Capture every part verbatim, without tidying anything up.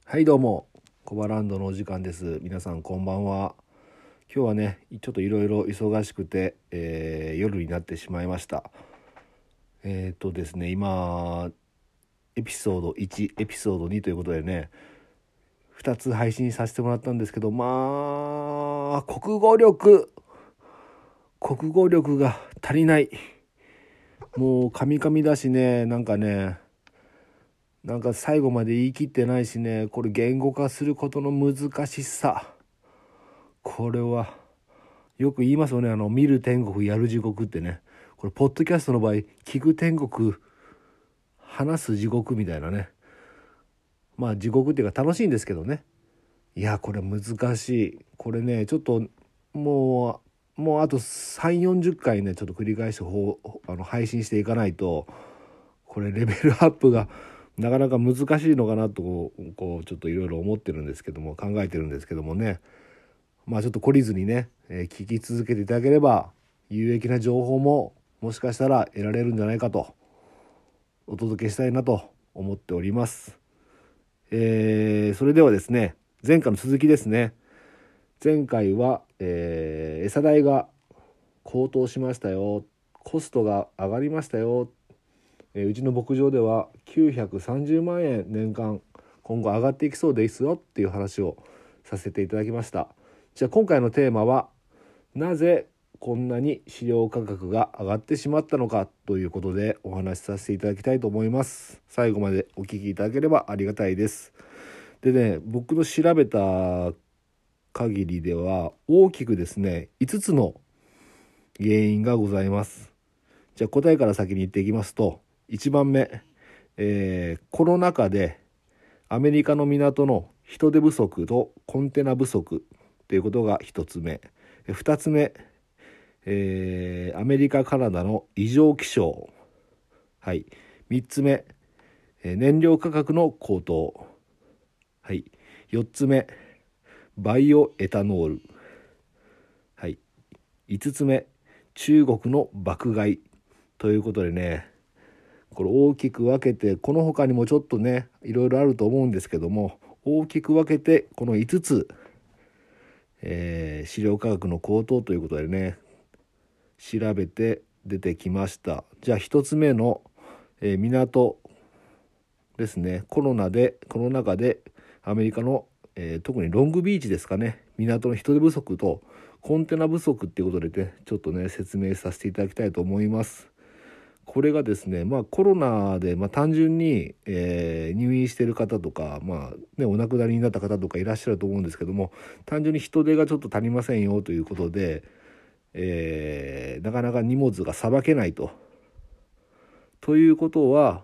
はいどうも、コバランドのお時間です。皆さんこんばんは。今日はねちょっといろいろ忙しくて、えー夜になってしまいました。えっとですね今エピソードいちエピソードにということでねふたつ配信させてもらったんですけど、まあ国語力国語力が足りない。もうカミカミだしね、なんかねなんか最後まで言い切ってないしね、これ言語化することの難しさ、これはよく言いますよね。あの見る天国やる地獄ってね。これポッドキャストの場合聞く天国話す地獄みたいなね。まあ地獄っていうか楽しいんですけどね。いやこれ難しい。これねちょっともうもうあとさんじゅうよんじゅっかいねちょっと繰り返してほあの配信していかないとこれレベルアップがなかなか難しいのかなとこうちょっといろいろ思ってるんですけども、考えてるんですけどもね。まあちょっと懲りずにね、えー聞き続けていただければ有益な情報ももしかしたら得られるんじゃないかとお届けしたいなと思っております。えーそれではですね、前回の続きですね。前回は、えー餌代が高騰しましたよ、コストが上がりましたよ、えーうちの牧場ではきゅうひゃくさんじゅうまんえん年間今後上がっていきそうですよっていう話をさせていただきました。じゃあ今回のテーマはなぜこんなに飼料価格が上がってしまったのかということでお話しさせていただきたいと思います。最後までお聞きいただければありがたいです。でね、僕の調べた限りでは大きくですねいつつの原因がございます。じゃあ答えから先に言っていきますと、いちばんめ、えーコロナ禍でアメリカの港の人手不足とコンテナ不足ということがひとつめ。ふたつめ、えーアメリカカナダの異常気象。はい。みっつめ、えー燃料価格の高騰。はい。よっつめ、バイオエタノール。はい。いつつめ、中国の爆買いということでね、これ大きく分けて、この他にもちょっとねいろいろあると思うんですけども、大きく分けてこのいつつ、えー飼料価格の高騰ということでね調べて出てきました。じゃあひとつめの、えー港ですね。コロナでこの中でアメリカの、えー特にロングビーチですかね、港の人手不足とコンテナ不足っていうことでねちょっとね説明させていただきたいと思います。これがですね、まあ、コロナで、まあ、単純に、えー入院している方とか、まあね、お亡くなりになった方とかいらっしゃると思うんですけども、単純に人手がちょっと足りませんよということで、えーなかなか荷物がさばけないと。ということは、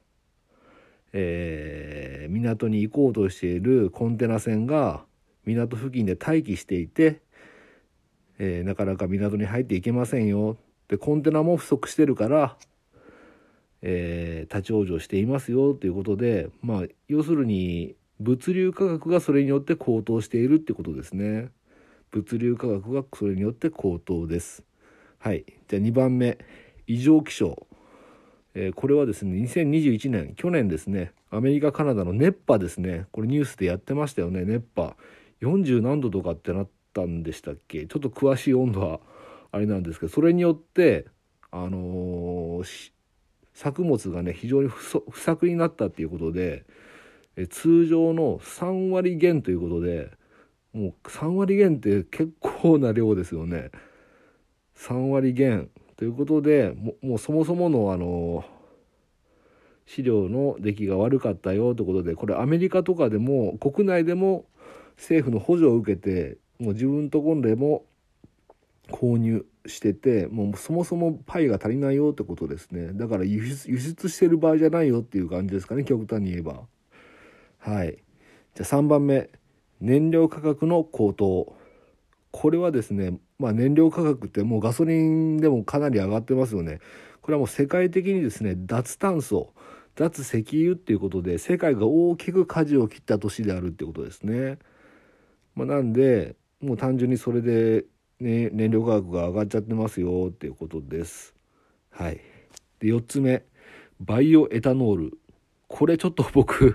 えー港に行こうとしているコンテナ船が港付近で待機していて、えーなかなか港に入っていけませんよ。でコンテナも不足してるから、えー立ち往生していますよということで、まあ要するに物流価格がそれによって高騰しているってことですね。物流価格がそれによって高騰です。はい。じゃあにばんめ、異常気象。えーこれはですねにせんにじゅういちねん、去年ですね、アメリカカナダの熱波ですね。これニュースでやってましたよね。熱波よんじゅう何度とかってなったんでしたっけ。ちょっと詳しい温度はあれなんですけど、それによってあのーし作物がね非常に不足不作になったっていうことで、え通常のさんわり減ということで、もうさんわり減って結構な量ですよね。さんわり減ということで、ももうそもそものあの飼料の出来が悪かったよということで、これアメリカとかでも国内でも政府の補助を受けて、もう自分のところでも購入してて、もうそもそもパイが足りないよってことですね。だから輸出輸出してる場合じゃないよっていう感じですかね、極端に言えば。はい。じゃあさんばんめ、燃料価格の高騰。これはですね、まあ燃料価格ってもうガソリンでもかなり上がってますよね。これはもう世界的にですね、脱炭素、脱石油っていうことで世界が大きく舵を切った年であるっていうことですね。まあ、なんでもう単純にそれで、ね、燃料価格が上がっちゃってますよっていうことです。はい。でよっつめ、バイオエタノール。これちょっと僕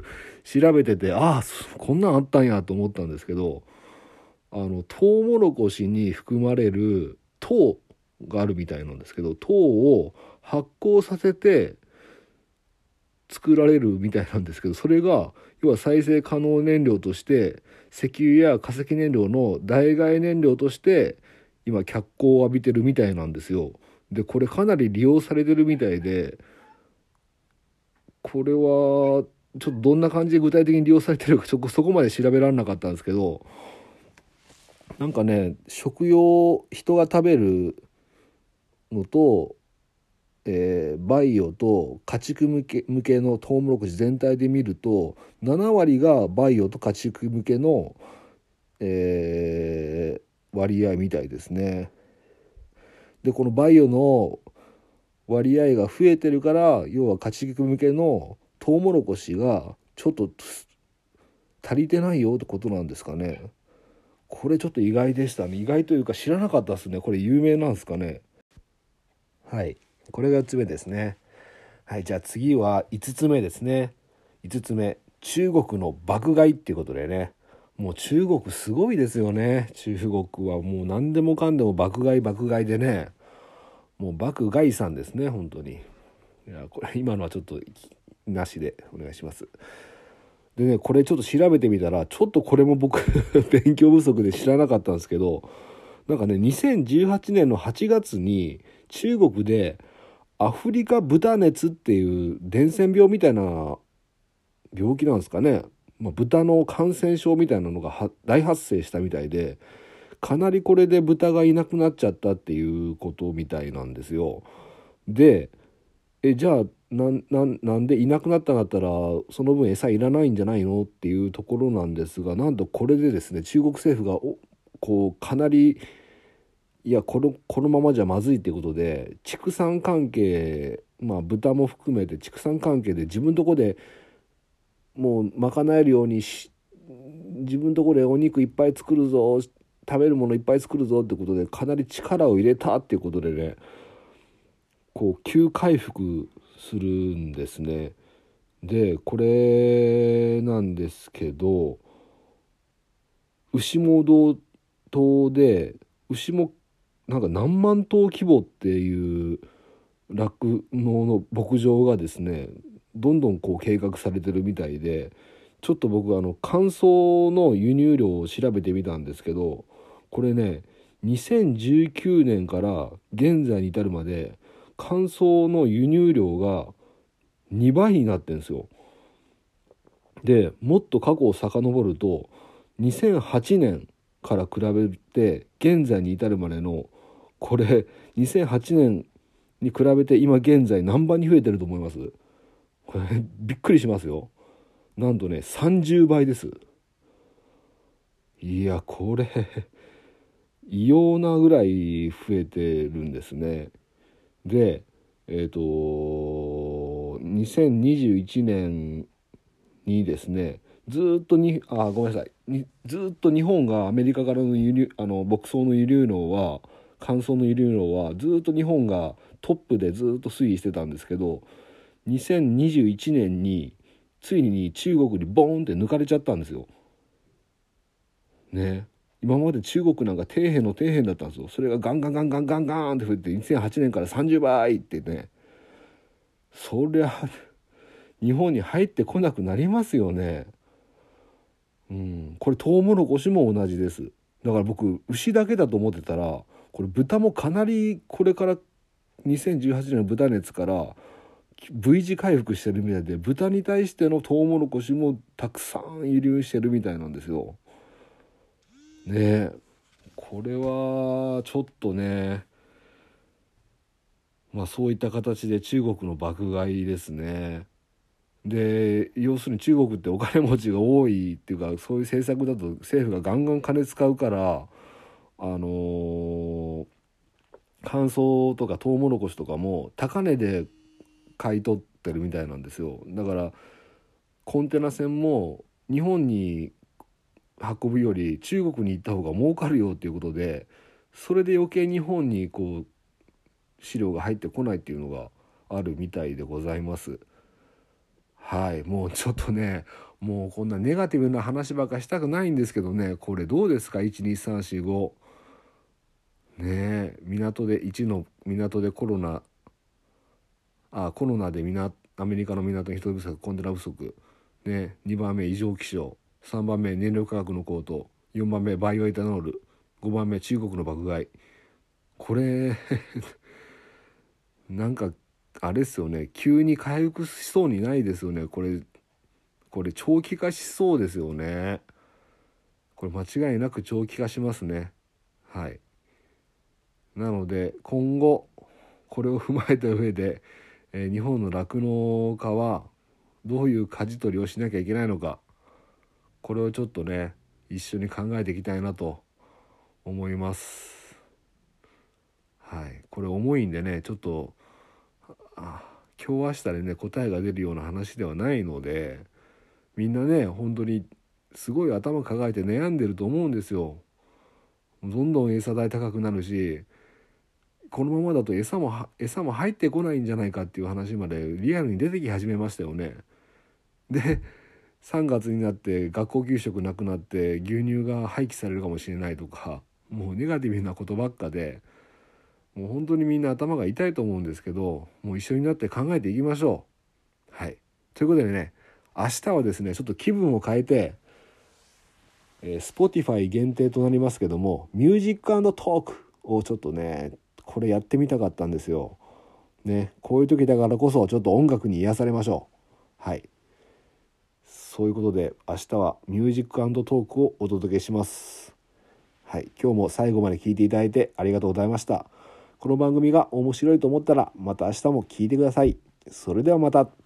調べてて、ああこんなんあったんやと思ったんですけど、あのトウモロコシに含まれる糖があるみたいなんですけど、糖を発酵させて作られるみたいなんですけど、それが要は再生可能燃料として石油や化石燃料の代替燃料として今脚光を浴びてるみたいなんですよ。でこれかなり利用されてるみたいで、これはちょっとどんな感じで具体的に利用されてるかそこそこまで調べられなかったんですけど、なんかね、食用人が食べるのと、えーバイオと家畜向け向けのトウモロコシ全体で見るとなな割がバイオと家畜向けの、えー割合みたいですね。でこのバイオの割合が増えてるから、要は家畜向けのトウモロコシがちょっと足りてないよってことなんですかね。これちょっと意外でしたね。意外というか知らなかったですね。これ有名なんですかね。はい、これがよっつめですね。はい、じゃあ次はいつつめですね。いつつめ、中国の爆買いっていうことでね、もう中国すごいですよね。中国はもう何でもかんでも爆買い爆買いでね、もう爆買いさんですね、本当に。いやこれ今のはちょっとなしでお願いします。でね、これちょっと調べてみたら、ちょっとこれも僕勉強不足で知らなかったんですけど、なんかねにせんじゅうはちねんのはちがつに中国でアフリカ豚熱っていう伝染病みたいな病気なんですかね、まあ、豚の感染症みたいなのが大発生したみたいで、かなりこれで豚がいなくなっちゃったっていうことみたいなんですよ。でえじゃあなんなんなんでいなくなったんだったらその分餌いらないんじゃないのっていうところなんですが、なんとこれでですね、中国政府がおこうかなりいやこのこのままじゃまずいっていうことで、畜産関係、まあ豚も含めて畜産関係で自分のとこでもう賄えるようにし、自分のところでお肉いっぱい作るぞ、食べるものいっぱい作るぞってことでかなり力を入れたっていうことでね、こう急回復するんですね。でこれなんですけど、牛も同等で、牛もなんか何万頭規模っていう酪農の牧場がですね、どんどんこう計画されてるみたいで、ちょっと僕あの乾燥の輸入量を調べてみたんですけど、これねにせんじゅうきゅうねんから現在に至るまで乾燥の輸入量がにばいになってるんですよ。でもっと過去を遡るとにせんはちねんから比べて現在に至るまでの、これにせんはちねんに比べて今現在何倍に増えてると思います？これびっくりしますよ。なんとねさんじゅうばいです。いやこれ異様なぐらい増えてるんですね。でえっ、とにせんにじゅういちねんにですね、ずっとにあごめんなさいにずっと日本がアメリカからの輸入あの牧草の輸入量は乾燥の輸入量はずっと日本がトップでずっと推移してたんですけど、にせんにじゅういちねんについに中国にボーンって抜かれちゃったんですよね。今まで中国なんか底辺の底辺だったんですよ。それがガンガンガンガンガンガンって増えてにせんはちねんからさんじゅうばいってね、そりゃ日本に入ってこなくなりますよね。うん、これトウモロコシも同じです。だから僕牛だけだと思ってたら、これ豚もかなりこれからにせんじゅうはちねんの豚熱から V 字回復してるみたいで、豚に対してのトウモロコシもたくさん輸入してるみたいなんですよね。えこれはちょっとね、まあそういった形で中国の爆買いですね。で要するに中国ってお金持ちが多いっていうか、そういう政策だと政府がガンガン金使うから、あのー乾燥とかトウモロコシとかも高値で買い取ってるみたいなんですよ。だからコンテナ船も日本に運ぶより中国に行った方が儲かるよっていうことで、それで余計日本にこう飼料が入ってこないっていうのがあるみたいでございます。 はい、もうちょっとね、もうこんなネガティブな話ばっかしたくないんですけどね、これどうですか？いちにさんしごねえ、港でいちの港でコロナあコロナでみなアメリカの港に人手不足、コンテナ不足、ね、にばんめ異常気象、さんばんめ燃料価格の高騰、よんばんめバイオエタノール、ごばんめ中国の爆買い。これなんかあれですよね、急に回復しそうにないですよね。これこれ長期化しそうですよね。これ間違いなく長期化しますね。はい。なので今後これを踏まえた上で、えー日本の酪農家はどういう舵取りをしなきゃいけないのか、これをちょっとね一緒に考えていきたいなと思います。はい。これ重いんでね、ちょっとあ今日明日でね答えが出るような話ではないので、みんなね本当にすごい頭抱えて悩んでると思うんですよ。どんどん餌代高くなるし、このままだと餌も餌も入ってこないんじゃないかっていう話までリアルに出てき始めましたよね。でさんがつになって学校給食なくなって牛乳が廃棄されるかもしれないとか、もうネガティブなことばっかで、もう本当にみんな頭が痛いと思うんですけど、もう一緒になって考えていきましょう。はい。ということでね、明日はですねちょっと気分を変えて、えー、Spotify 限定となりますけども、ミュージック&トークをちょっとねこれやってみたかったんですよ。ね、こういう時だからこそちょっと音楽に癒されましょう。はい。そういうことで明日はミュージック&トークをお届けします。はい。今日も最後まで聞いていただいてありがとうございました。この番組が面白いと思ったらまた明日も聞いてください。それではまた。